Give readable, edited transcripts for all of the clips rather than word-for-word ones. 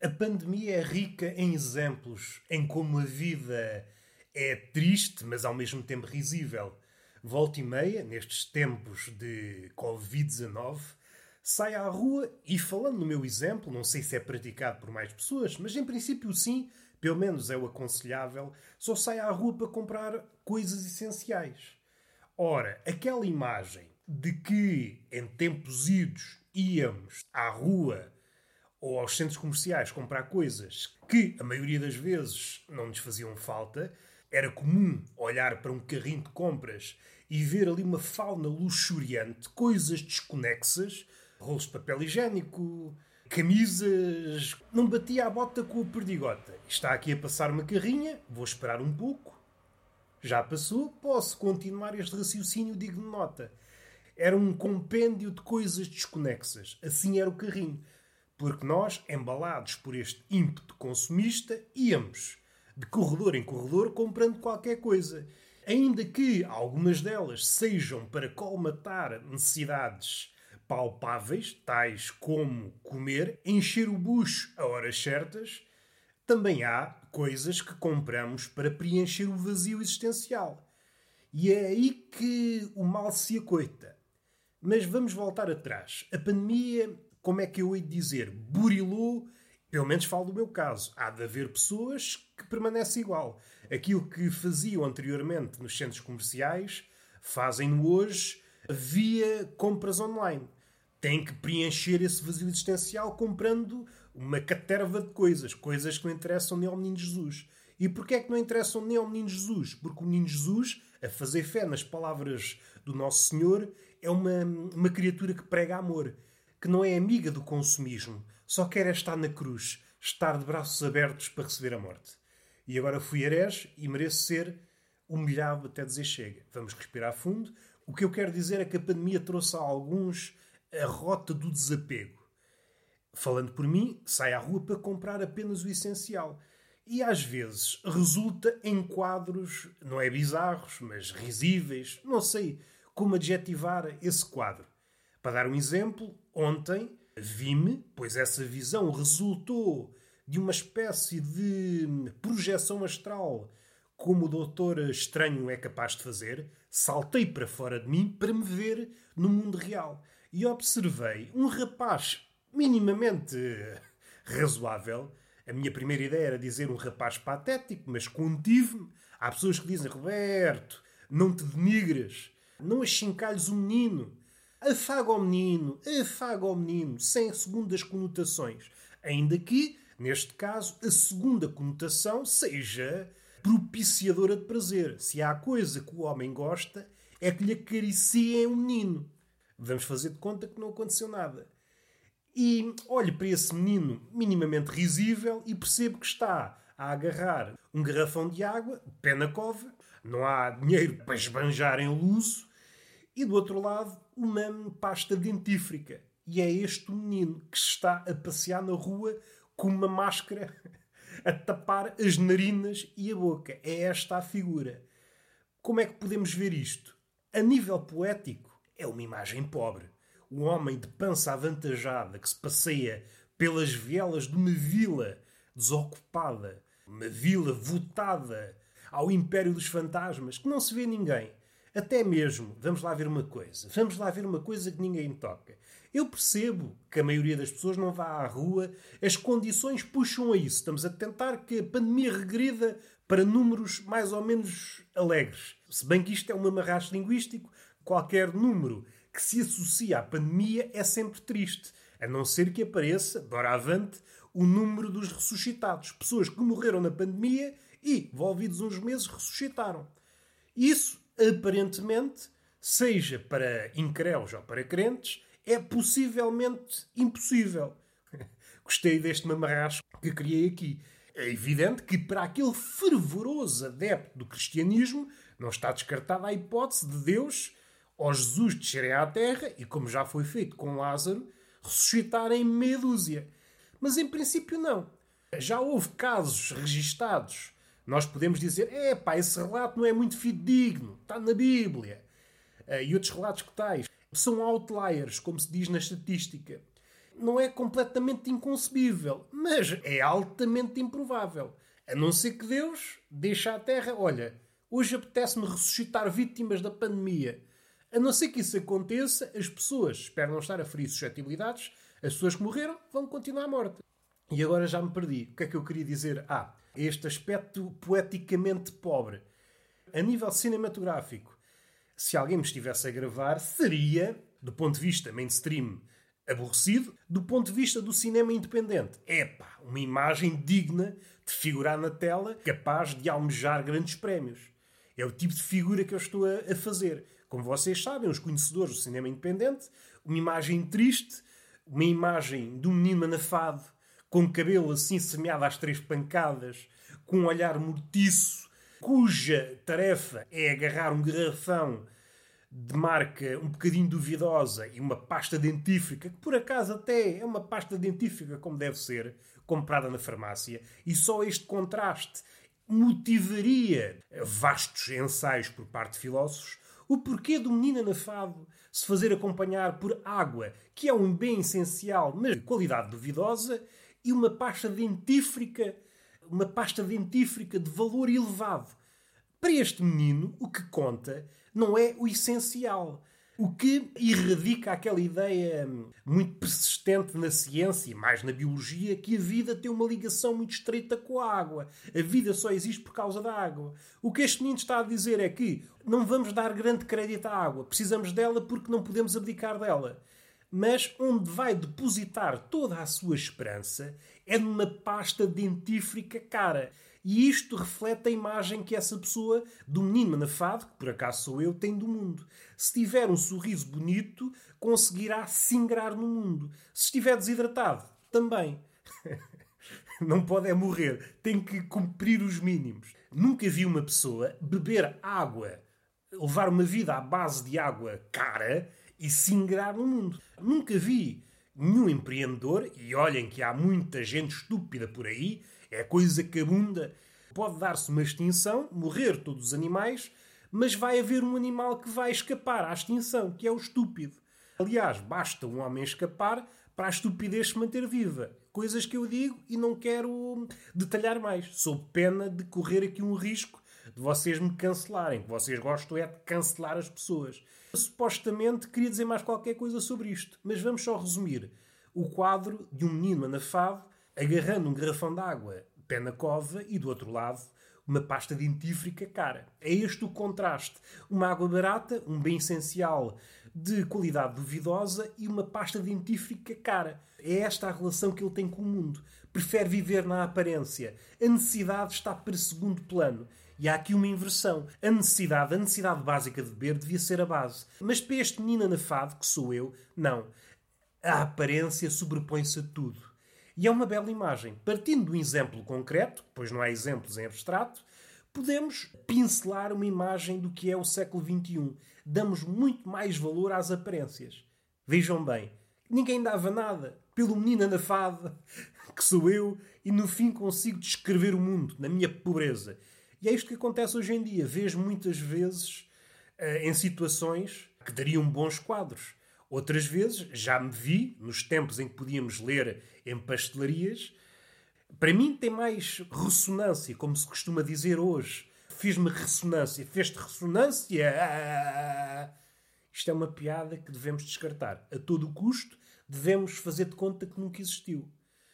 A pandemia é rica em exemplos em como a vida é triste, mas ao mesmo tempo risível. Volta e meia, nestes tempos de Covid-19, sai à rua e, falando no meu exemplo, não sei se é praticado por mais pessoas, mas em princípio sim, pelo menos é o aconselhável, só sai à rua para comprar coisas essenciais. Ora, aquela imagem de que em tempos idos íamos à rua ou aos centros comerciais comprar coisas que a maioria das vezes não nos faziam falta, era comum olhar para um carrinho de compras e ver ali uma fauna luxuriante, coisas desconexas, rolos de papel higiênico, camisas. Não batia a bota com a perdigota. Está aqui a passar uma carrinha, vou esperar um pouco. Já passou, posso continuar este raciocínio digno de nota. Era um compêndio de coisas desconexas. Assim era o carrinho. Porque nós, embalados por este ímpeto consumista, íamos de corredor em corredor comprando qualquer coisa. Ainda que algumas delas sejam para colmatar necessidades palpáveis, tais como comer, encher o bucho a horas certas, também há coisas que compramos para preencher o vazio existencial. E é aí que o mal se acoita. Mas vamos voltar atrás. A pandemia, como é que eu hei de dizer, burilou, pelo menos falo do meu caso. Há de haver pessoas que permanecem igual. Aquilo que faziam anteriormente nos centros comerciais, fazem-no hoje via compras online. Têm que preencher esse vazio existencial comprando uma caterva de coisas. Coisas que não interessam nem ao Menino Jesus. E porquê é que não interessam nem ao Menino Jesus? Porque o Menino Jesus, a fazer fé nas palavras do Nosso Senhor, é uma criatura que prega amor, que não é amiga do consumismo, só quer é estar na cruz, estar de braços abertos para receber a morte. E agora fui herege e mereço ser humilhado até dizer chega. Vamos respirar fundo. O que eu quero dizer é que a pandemia trouxe a alguns a rota do desapego. Falando por mim, sai à rua para comprar apenas o essencial. E às vezes resulta em quadros, não é bizarros, mas risíveis, não sei como adjetivar esse quadro. Para dar um exemplo, ontem vi-me, pois essa visão resultou de uma espécie de projeção astral, como o Doutor Estranho é capaz de fazer, saltei para fora de mim para me ver no mundo real. E observei um rapaz minimamente razoável. A minha primeira ideia era dizer um rapaz patético, mas contive-me. Há pessoas que dizem, Roberto, não te denigres, não achincalhes o menino. Afaga o menino, sem segundas conotações. Ainda que, neste caso, a segunda conotação seja propiciadora de prazer. Se há coisa que o homem gosta, é que lhe acariciem um menino. Vamos fazer de conta que não aconteceu nada. E olho para esse menino minimamente risível e percebo que está a agarrar um garrafão de água, pé na cova, não há dinheiro para esbanjar em luso, e do outro lado uma pasta dentífrica. E é este o menino que está a passear na rua com uma máscara a tapar as narinas e a boca. É esta a figura. Como é que podemos ver isto? A nível poético, é uma imagem pobre. O homem de pança avantajada que se passeia pelas vielas de uma vila desocupada, uma vila votada ao império dos fantasmas, que não se vê ninguém. Até mesmo, vamos lá ver uma coisa que ninguém toca. Eu percebo que a maioria das pessoas não vá à rua, as condições puxam a isso. Estamos a tentar que a pandemia regrida para números mais ou menos alegres. Se bem que isto é um amarracho linguístico, qualquer número que se associa à pandemia é sempre triste, a não ser que apareça, doravante, o número dos ressuscitados. Pessoas que morreram na pandemia e, envolvidos uns meses, ressuscitaram. Isso, aparentemente, seja para incréus ou para crentes, é possivelmente impossível. Gostei deste mamarracho que criei aqui. É evidente que para aquele fervoroso adepto do cristianismo não está descartada a hipótese de Deus ou Jesus descerem à terra e, como já foi feito com Lázaro, ressuscitarem meia dúzia. Mas em princípio não. Já houve casos registados. Nós podemos dizer, esse relato não é muito fidedigno, está na Bíblia. E outros relatos que tais são outliers, como se diz na estatística. Não é completamente inconcebível, mas é altamente improvável. A não ser que Deus deixe à Terra, olha, hoje apetece-me ressuscitar vítimas da pandemia. A não ser que isso aconteça, as pessoas, espero não estar a ferir suscetibilidades, as pessoas que morreram vão continuar mortas. E agora já me perdi. O que é que eu queria dizer? Este aspecto poeticamente pobre. A nível cinematográfico, se alguém me estivesse a gravar, seria, do ponto de vista mainstream, aborrecido. Do ponto de vista do cinema independente, uma imagem digna de figurar na tela, capaz de almejar grandes prémios. É o tipo de figura que eu estou a fazer. Como vocês sabem, os conhecedores do cinema independente, uma imagem triste, uma imagem de um menino anafado, com o cabelo assim semeado às 3 pancadas, com um olhar mortiço, cuja tarefa é agarrar um garrafão de marca um bocadinho duvidosa e uma pasta dentífrica, que por acaso até é uma pasta dentífrica como deve ser, comprada na farmácia, e só este contraste motivaria vastos ensaios por parte de filósofos. O porquê do menino anafado se fazer acompanhar por água, que é um bem essencial, mas de qualidade duvidosa, e uma pasta dentífrica de valor elevado. Para este menino, o que conta não é o essencial. O que erradica aquela ideia muito persistente na ciência e mais na biologia que a vida tem uma ligação muito estreita com a água. A vida só existe por causa da água. O que este menino está a dizer é que não vamos dar grande crédito à água. Precisamos dela porque não podemos abdicar dela. Mas onde vai depositar toda a sua esperança é numa pasta dentífrica cara. E isto reflete a imagem que essa pessoa, do menino anafado, que por acaso sou eu, tem do mundo. Se tiver um sorriso bonito, conseguirá se ingrar no mundo. Se estiver desidratado, também. Não pode é morrer. Tem que cumprir os mínimos. Nunca vi uma pessoa beber água, levar uma vida à base de água cara e se ingrar no mundo. Nunca vi nenhum empreendedor, e olhem que há muita gente estúpida por aí, é coisa que abunda. Pode dar-se uma extinção, morrer todos os animais, mas vai haver um animal que vai escapar à extinção, que é o estúpido. Aliás, basta um homem escapar para a estupidez se manter viva. Coisas que eu digo e não quero detalhar mais. Sob pena de correr aqui um risco de vocês me cancelarem. Que vocês gostam é de cancelar as pessoas. Supostamente queria dizer mais qualquer coisa sobre isto, mas vamos só resumir. O quadro de um menino anafado agarrando um garrafão de água, pé na cova, e do outro lado uma pasta dentífrica cara. É este o contraste. Uma água barata, um bem essencial de qualidade duvidosa, e uma pasta dentífrica cara. É esta a relação que ele tem com o mundo. Prefere viver na aparência. A necessidade está para segundo plano. E há aqui uma inversão. A necessidade básica de beber devia ser a base. Mas para este menino anafado, que sou eu, não. A aparência sobrepõe-se a tudo. E é uma bela imagem. Partindo de um exemplo concreto, pois não há exemplos em abstrato, podemos pincelar uma imagem do que é o século XXI. Damos muito mais valor às aparências. Vejam bem, ninguém dava nada pelo menino anafado, que sou eu, e no fim consigo descrever o mundo, na minha pobreza. E é isto que acontece hoje em dia. Vejo muitas vezes em situações que dariam bons quadros. Outras vezes já me vi, nos tempos em que podíamos ler em pastelarias. Para mim tem mais ressonância, como se costuma dizer hoje. Fez-me ressonância. Fez-te ressonância? Isto é uma piada que devemos descartar. A todo custo, devemos fazer de conta que nunca existiu.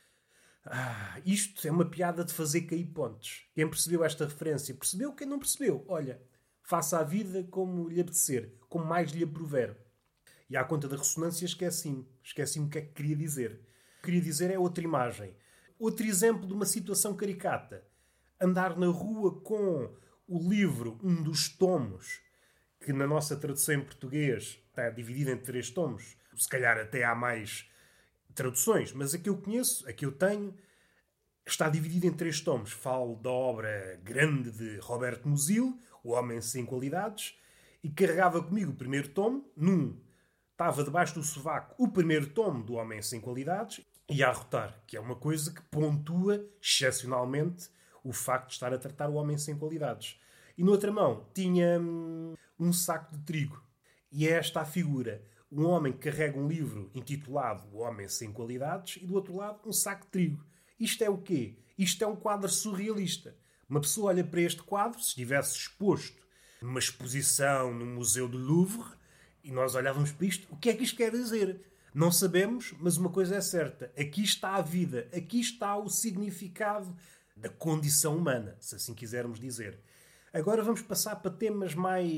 Isto é uma piada de fazer cair pontes. Quem percebeu esta referência percebeu, quem não percebeu, olha, faça a vida como lhe apetecer, como mais lhe aprover. E à conta da ressonância esqueci-me o que é que queria dizer. O que queria dizer é outra imagem. Outro exemplo de uma situação caricata. Andar na rua com o livro, um dos tomos, que na nossa tradução em português está dividido em 3 tomos. Se calhar até há mais traduções, mas a que eu conheço, a que eu tenho, está dividido em 3 tomos. Falo da obra grande de Roberto Musil, O Homem Sem Qualidades, e carregava comigo o primeiro tomo. Estava debaixo do sovaco o primeiro tomo do Homem Sem Qualidades e a arrotar, que é uma coisa que pontua excepcionalmente o facto de estar a tratar o Homem Sem Qualidades. E na outra mão tinha um saco de trigo. E é esta a figura. um homem que carrega um livro intitulado O Homem Sem Qualidades e do outro lado um saco de trigo. Isto é o quê? Isto é um quadro surrealista. Uma pessoa olha para este quadro, se estivesse exposto numa exposição no Museu do Louvre, e nós olhávamos para isto, o que é que isto quer dizer? Não sabemos, mas uma coisa é certa. Aqui está a vida, aqui está o significado da condição humana, se assim quisermos dizer. Agora vamos passar para temas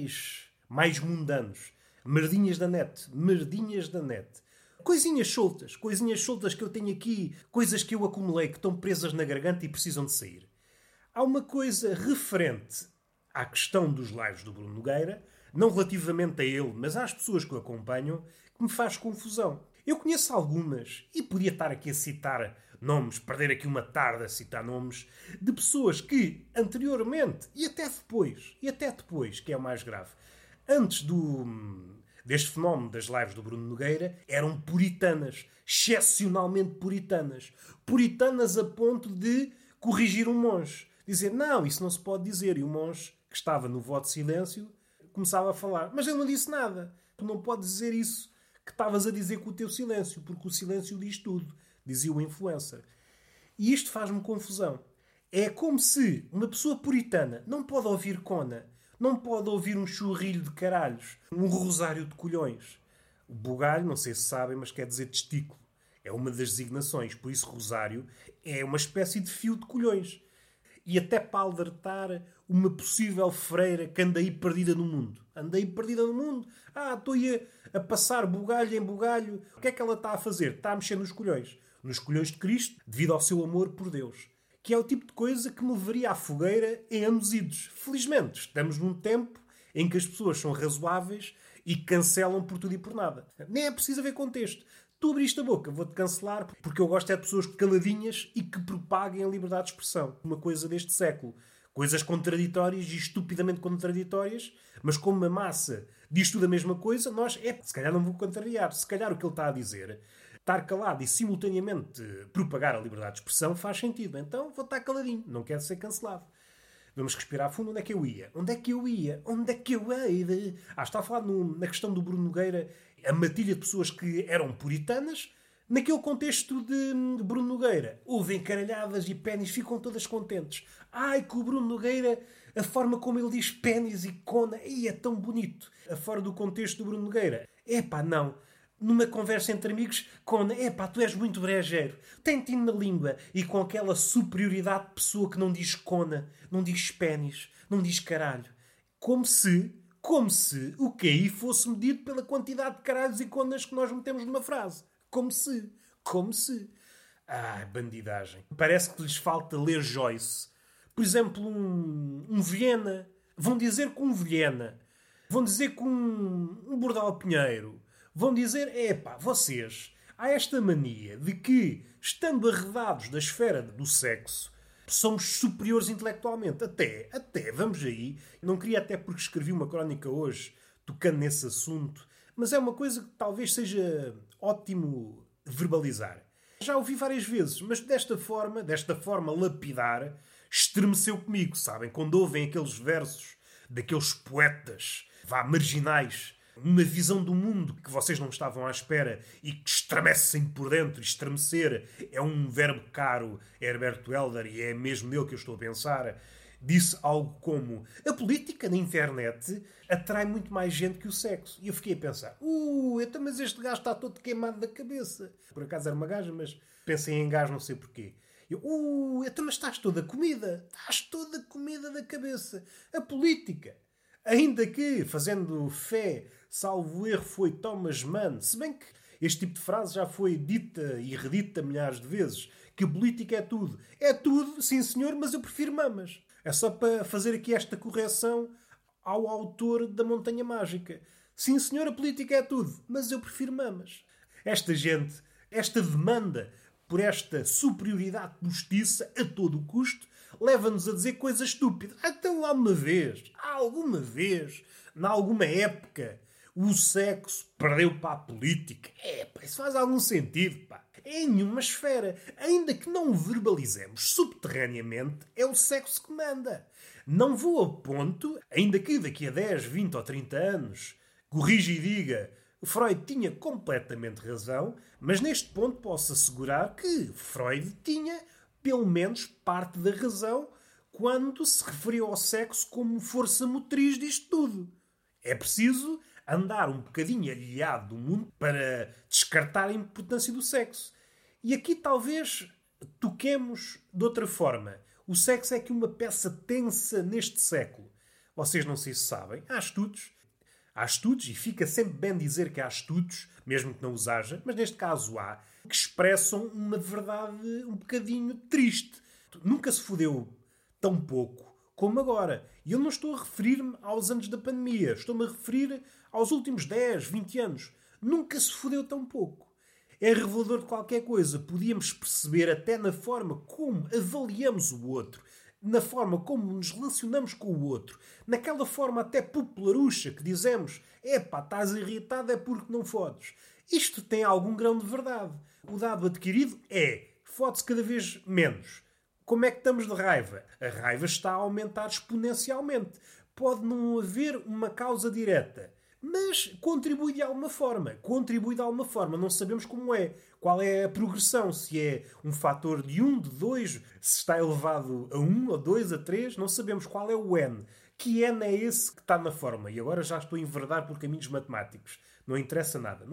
mais mundanos. Merdinhas da net. Merdinhas da net. Coisinhas soltas que eu tenho aqui, coisas que eu acumulei que estão presas na garganta e precisam de sair. Há uma coisa referente à questão dos lives do Bruno Nogueira, não relativamente a ele, mas às pessoas que o acompanham, que me faz confusão. Eu conheço algumas, e podia estar aqui a citar nomes, perder aqui uma tarde a citar nomes, de pessoas que, anteriormente, e até depois, que é o mais grave, antes deste fenómeno das lives do Bruno Nogueira, eram puritanas, excepcionalmente puritanas. Puritanas a ponto de corrigir um monge. Dizer, não, isso não se pode dizer. E o monge, que estava no voto de silêncio, começava a falar. Mas ele não disse nada. Tu não podes dizer isso que estavas a dizer com o teu silêncio, porque o silêncio diz tudo, dizia o influencer. E isto faz-me confusão. É como se uma pessoa puritana não pode ouvir cona, não pode ouvir um churrilho de caralhos, um rosário de colhões. O bugalho, não sei se sabem, mas quer dizer testículo. É uma das designações. Por isso, rosário é uma espécie de fio de colhões. E até para alertar uma possível freira que anda aí perdida no mundo. Andei perdida no mundo. Estou aí a passar bugalho em bugalho. O que é que ela está a fazer? Está a mexer nos colhões. Nos colhões de Cristo, devido ao seu amor por Deus. Que é o tipo de coisa que me levaria à fogueira em anos idos. Felizmente, estamos num tempo em que as pessoas são razoáveis e cancelam por tudo e por nada. Nem é preciso haver contexto. Tu abriste a boca, vou-te cancelar, porque eu gosto é de pessoas caladinhas e que propaguem a liberdade de expressão. Uma coisa deste século. Coisas contraditórias e estupidamente contraditórias, mas como a massa diz tudo a mesma coisa, nós, se calhar não vou contrariar. Se calhar o que ele está a dizer, estar calado e simultaneamente propagar a liberdade de expressão faz sentido. Então vou estar caladinho, não quero ser cancelado. Vamos respirar fundo. Onde é que eu ia? Está a falar na questão do Bruno Nogueira, a matilha de pessoas que eram puritanas. Naquele contexto de Bruno Nogueira, houve encaralhadas e pénis, ficam todas contentes. Ai, que o Bruno Nogueira, a forma como ele diz pénis e cona, é tão bonito. A fora do contexto do Bruno Nogueira. Não. Numa conversa entre amigos, cona, tu és muito brejeiro. Tem-te na língua. E com aquela superioridade de pessoa que não diz cona, não diz pénis, não diz caralho. Como se o QI fosse medido pela quantidade de caralhos e conas que nós metemos numa frase. Como se. Bandidagem. Parece que lhes falta ler Joyce. Por exemplo, um Viena. Vão dizer que um Viena. Vão dizer que um Bordal Pinheiro. Vão dizer, vocês, há esta mania de que, estando arredados da esfera do sexo, somos superiores intelectualmente. Até, vamos aí. Não queria até porque escrevi uma crónica hoje tocando nesse assunto, mas é uma coisa que talvez seja ótimo verbalizar. Já ouvi várias vezes, mas desta forma lapidar, estremeceu comigo, sabem? Quando ouvem aqueles versos daqueles poetas, marginais, uma visão do mundo que vocês não estavam à espera e que estremecem por dentro. Estremecer é um verbo caro a Herbert Helder e é mesmo nele que eu estou a pensar. Disse algo como: a política na internet atrai muito mais gente que o sexo. E eu fiquei a pensar: mas este gajo está todo queimado da cabeça. Por acaso era uma gaja, mas pensei em gajo, não sei porquê. Mas estás toda comida. Estás toda comida da cabeça. A política. Ainda que, fazendo fé, salvo erro, foi Thomas Mann. Se bem que este tipo de frase já foi dita e redita milhares de vezes. Que a política é tudo. É tudo, sim senhor, mas eu prefiro mamas. É só para fazer aqui esta correção ao autor da Montanha Mágica. Sim senhor, a política é tudo, mas eu prefiro mamas. Esta gente, esta demanda por esta superioridade postiça a todo o custo, leva-nos a dizer coisas estúpidas. Então, alguma vez, em alguma época, o sexo perdeu para a política? Isso faz algum sentido, pá. Em nenhuma esfera. Ainda que não o verbalizemos subterraneamente, é o sexo que manda. Não vou a ponto, ainda que daqui a 10, 20 ou 30 anos, corrija e diga, Freud tinha completamente razão, mas neste ponto posso assegurar que Freud tinha pelo menos parte da razão quando se referiu ao sexo como força motriz disto tudo. É preciso andar um bocadinho aliado do mundo para descartar a importância do sexo. E aqui talvez toquemos de outra forma. O sexo é que uma peça tensa neste século. Vocês não sei se sabem, há estudos, e fica sempre bem dizer que há estudos, mesmo que não os haja, mas neste caso há, que expressam uma verdade um bocadinho triste. Nunca se fodeu tão pouco como agora. E eu não estou a referir-me aos anos da pandemia, estou-me a referir aos últimos 10, 20 anos. Nunca se fodeu tão pouco. É revelador de qualquer coisa. Podíamos perceber até na forma como avaliamos o outro, na forma como nos relacionamos com o outro, naquela forma até popularucha que dizemos: epá, estás irritado é porque não fodes. Isto tem algum grão de verdade. O dado adquirido é: fode-se cada vez menos. Como é que estamos de raiva? A raiva está a aumentar exponencialmente. Pode não haver uma causa direta, mas contribui de alguma forma. Não sabemos como é. Qual é a progressão? Se é um fator de 1, de 2, se está elevado a 1, a 2, a 3. Não sabemos qual é o N. Que N é esse que está na forma? E agora já estou a enverdar por caminhos matemáticos. Não interessa nada.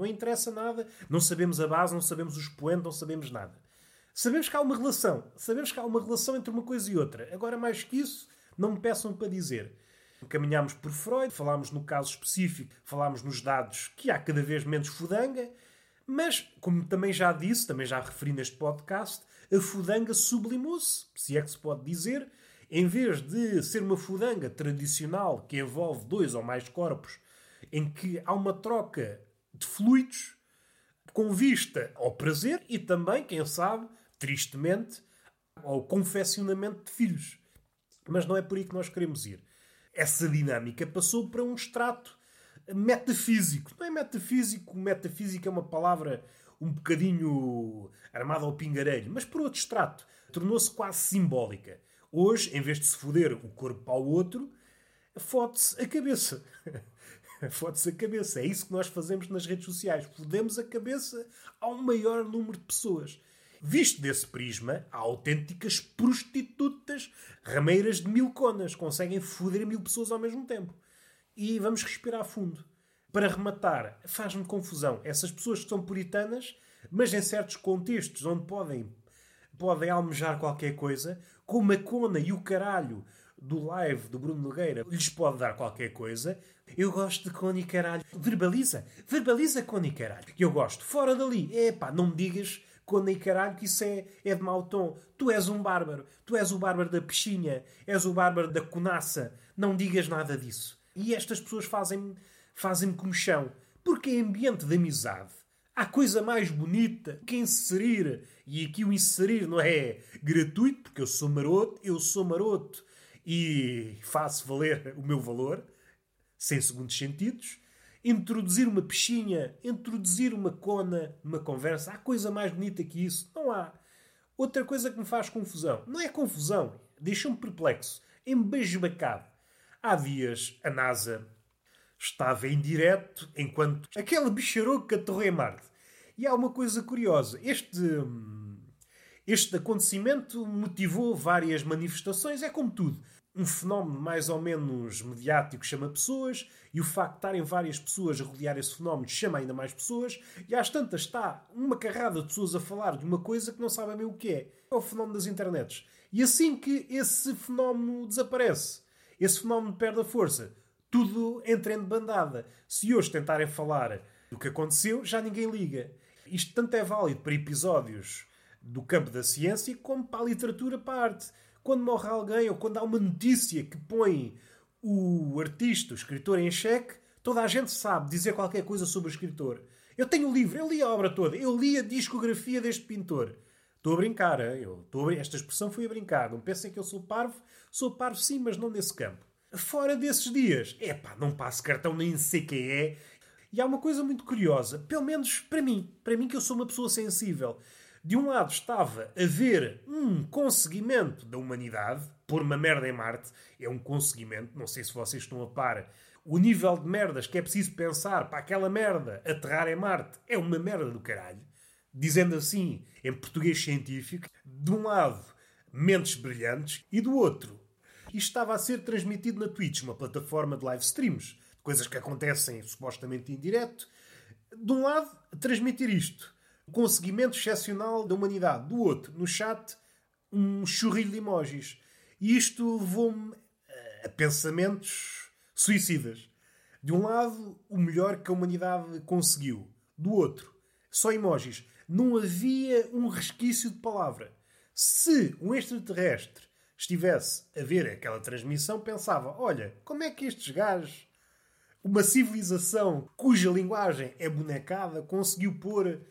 Não sabemos a base, não sabemos o expoente, não sabemos nada. Sabemos que há uma relação. Sabemos que há uma relação entre uma coisa e outra. Agora, mais que isso, não me peçam para dizer. Caminhámos por Freud, falámos no caso específico, falámos nos dados que há cada vez menos fudanga, mas, como também já disse, também já referi neste podcast, a fudanga sublimou-se, se é que se pode dizer. Em vez de ser uma fudanga tradicional que envolve 2 ou mais corpos, em que há uma troca de fluidos com vista ao prazer e também, quem sabe, tristemente, ao confeccionamento de filhos. Mas não é por aí que nós queremos ir. Essa dinâmica passou para um extrato metafísico. Não é metafísico, metafísica é uma palavra um bocadinho armada ao pingarelho, mas por outro extrato. Tornou-se quase simbólica. Hoje, em vez de se foder o corpo ao outro, fode-se a cabeça. Fode-se a cabeça. É isso que nós fazemos nas redes sociais. Fodemos a cabeça ao maior número de pessoas. Visto desse prisma, há autênticas prostitutas, rameiras de 1000 conas. Conseguem foder 1000 pessoas ao mesmo tempo. E vamos respirar fundo. Para rematar, faz-me confusão. Essas pessoas que são puritanas, mas em certos contextos onde podem almejar qualquer coisa, como a cona e o caralho do live do Bruno Nogueira lhes pode dar qualquer coisa. Eu gosto de cona e caralho. Verbaliza cona e caralho. Eu gosto. Fora dali. Epá, não me digas cona e caralho que isso é de mau tom. Tu és um bárbaro. Tu és o bárbaro da pechinha. És o bárbaro da conaça. Não digas nada disso. E estas pessoas fazem-me comichão. Porque em ambiente de amizade há coisa mais bonita que inserir. E aqui o inserir não é gratuito, porque eu sou maroto e faço valer o meu valor, sem segundos sentidos. Introduzir uma pechinha, introduzir uma cona numa conversa, há coisa mais bonita que isso? Não há. Outra coisa que me faz confusão, não é confusão, deixa-me perplexo, embasbacado. Há dias a NASA estava em direto enquanto aquela bicharoca aterrou em Marte. E há uma coisa curiosa, este acontecimento motivou várias manifestações, é como tudo. Um fenómeno mais ou menos mediático chama pessoas, e o facto de estarem várias pessoas a rodear esse fenómeno chama ainda mais pessoas, e às tantas está uma carrada de pessoas a falar de uma coisa que não sabem bem o que é. É o fenómeno das internets. E assim que esse fenómeno desaparece, esse fenómeno perde a força, tudo entra em bandada. Se hoje tentarem falar do que aconteceu, já ninguém liga. Isto tanto é válido para episódios do campo da ciência como para a literatura, para a arte. Quando morre alguém ou quando há uma notícia que põe o artista, o escritor em xeque, toda a gente sabe dizer qualquer coisa sobre o escritor. Eu tenho o livro, eu li a obra toda, eu li a discografia deste pintor. Estou a brincar, esta expressão foi a brincar. Não pensem que eu sou parvo sim, mas não nesse campo. Fora desses dias, não passo cartão nem sei quem é. E há uma coisa muito curiosa, pelo menos para mim que eu sou uma pessoa sensível. De um lado estava a ver um conseguimento da humanidade, pôr uma merda em Marte, é um conseguimento, não sei se vocês estão a par, o nível de merdas que é preciso pensar para aquela merda aterrar em Marte é uma merda do caralho. Dizendo assim, em português científico, de um lado, mentes brilhantes, e do outro, isto estava a ser transmitido na Twitch, uma plataforma de live streams, coisas que acontecem supostamente em direto. De um lado, transmitir isto, com o seguimento excepcional da humanidade. Do outro, no chat, um churrilho de emojis. E isto levou-me a pensamentos suicidas. De um lado, o melhor que a humanidade conseguiu. Do outro, só emojis. Não havia um resquício de palavra. Se um extraterrestre estivesse a ver aquela transmissão, pensava, olha, como é que estes gajos, uma civilização cuja linguagem é bonecada, conseguiu pôr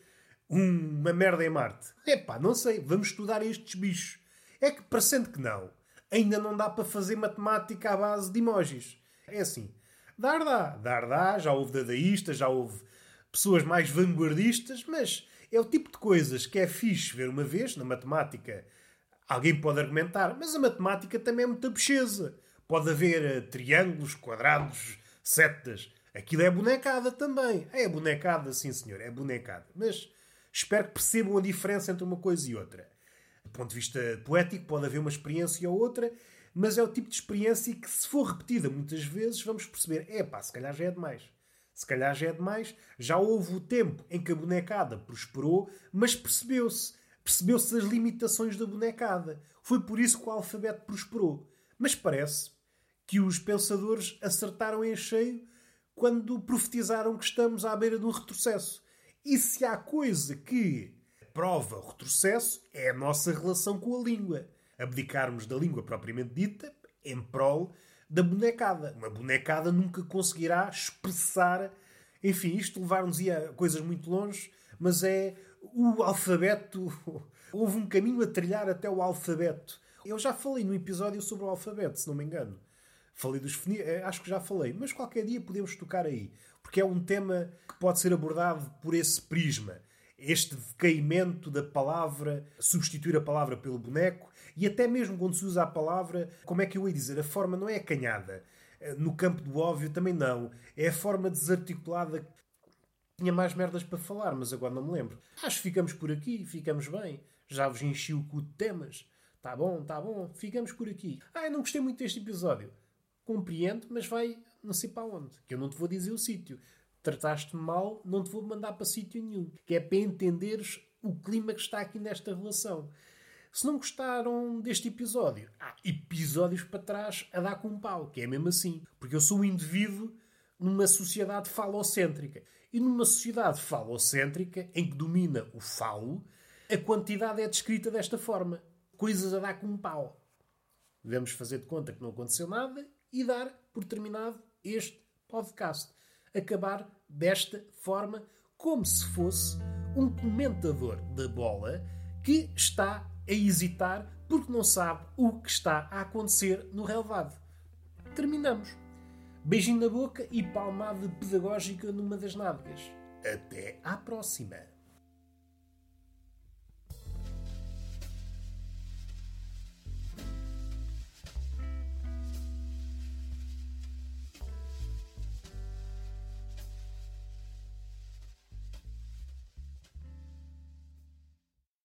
uma merda em Marte? Epá, não sei, vamos estudar estes bichos. É que, parecendo que não, ainda não dá para fazer matemática à base de emojis. É assim, dar dá, já houve dadaístas, já houve pessoas mais vanguardistas, mas é o tipo de coisas que é fixe ver uma vez na matemática. Alguém pode argumentar, mas a matemática também é muita bocheza. Pode haver triângulos, quadrados, setas. Aquilo é bonecada também. É bonecada, sim senhor, é bonecada. Mas espero que percebam a diferença entre uma coisa e outra. Do ponto de vista poético, pode haver uma experiência ou outra, mas é o tipo de experiência que, se for repetida muitas vezes, vamos perceber, se calhar já é demais. Se calhar já é demais. Já houve o tempo em que a bonecada prosperou, mas percebeu-se as limitações da bonecada. Foi por isso que o alfabeto prosperou. Mas parece que os pensadores acertaram em cheio quando profetizaram que estamos à beira de um retrocesso. E se há coisa que prova o retrocesso, é a nossa relação com a língua. Abdicarmos da língua propriamente dita em prol da bonecada. Uma bonecada nunca conseguirá expressar... Enfim, isto levar-nos a coisas muito longe, mas é o alfabeto... Houve um caminho a trilhar até o alfabeto. Eu já falei num episódio sobre o alfabeto, se não me engano. Falei dos acho que já falei, mas qualquer dia podemos tocar aí, porque é um tema que pode ser abordado por esse prisma. Este decaimento da palavra, substituir a palavra pelo boneco, e até mesmo quando se usa a palavra, como é que eu ia dizer? A forma não é acanhada. No campo do óbvio também não. É a forma desarticulada. Tinha mais merdas para falar, mas agora não me lembro. Acho que ficamos por aqui, ficamos bem. Já vos enchi o cu de temas. Tá bom, ficamos por aqui. Eu não gostei muito deste episódio. Compreendo, mas vai não sei para onde. Que eu não te vou dizer o sítio. Trataste-me mal, não te vou mandar para sítio nenhum. Que é para entenderes o clima que está aqui nesta relação. Se não gostaram deste episódio, há episódios para trás a dar com um pau, que é mesmo assim. Porque eu sou um indivíduo numa sociedade falocêntrica. E numa sociedade falocêntrica, em que domina o falo, a quantidade é descrita desta forma. Coisas a dar com um pau. Devemos fazer de conta que não aconteceu nada e dar por terminado este podcast. Acabar desta forma, como se fosse um comentador da bola que está a hesitar porque não sabe o que está a acontecer no relevado. Terminamos. Beijinho na boca e palmada pedagógica numa das nádegas. Até à próxima.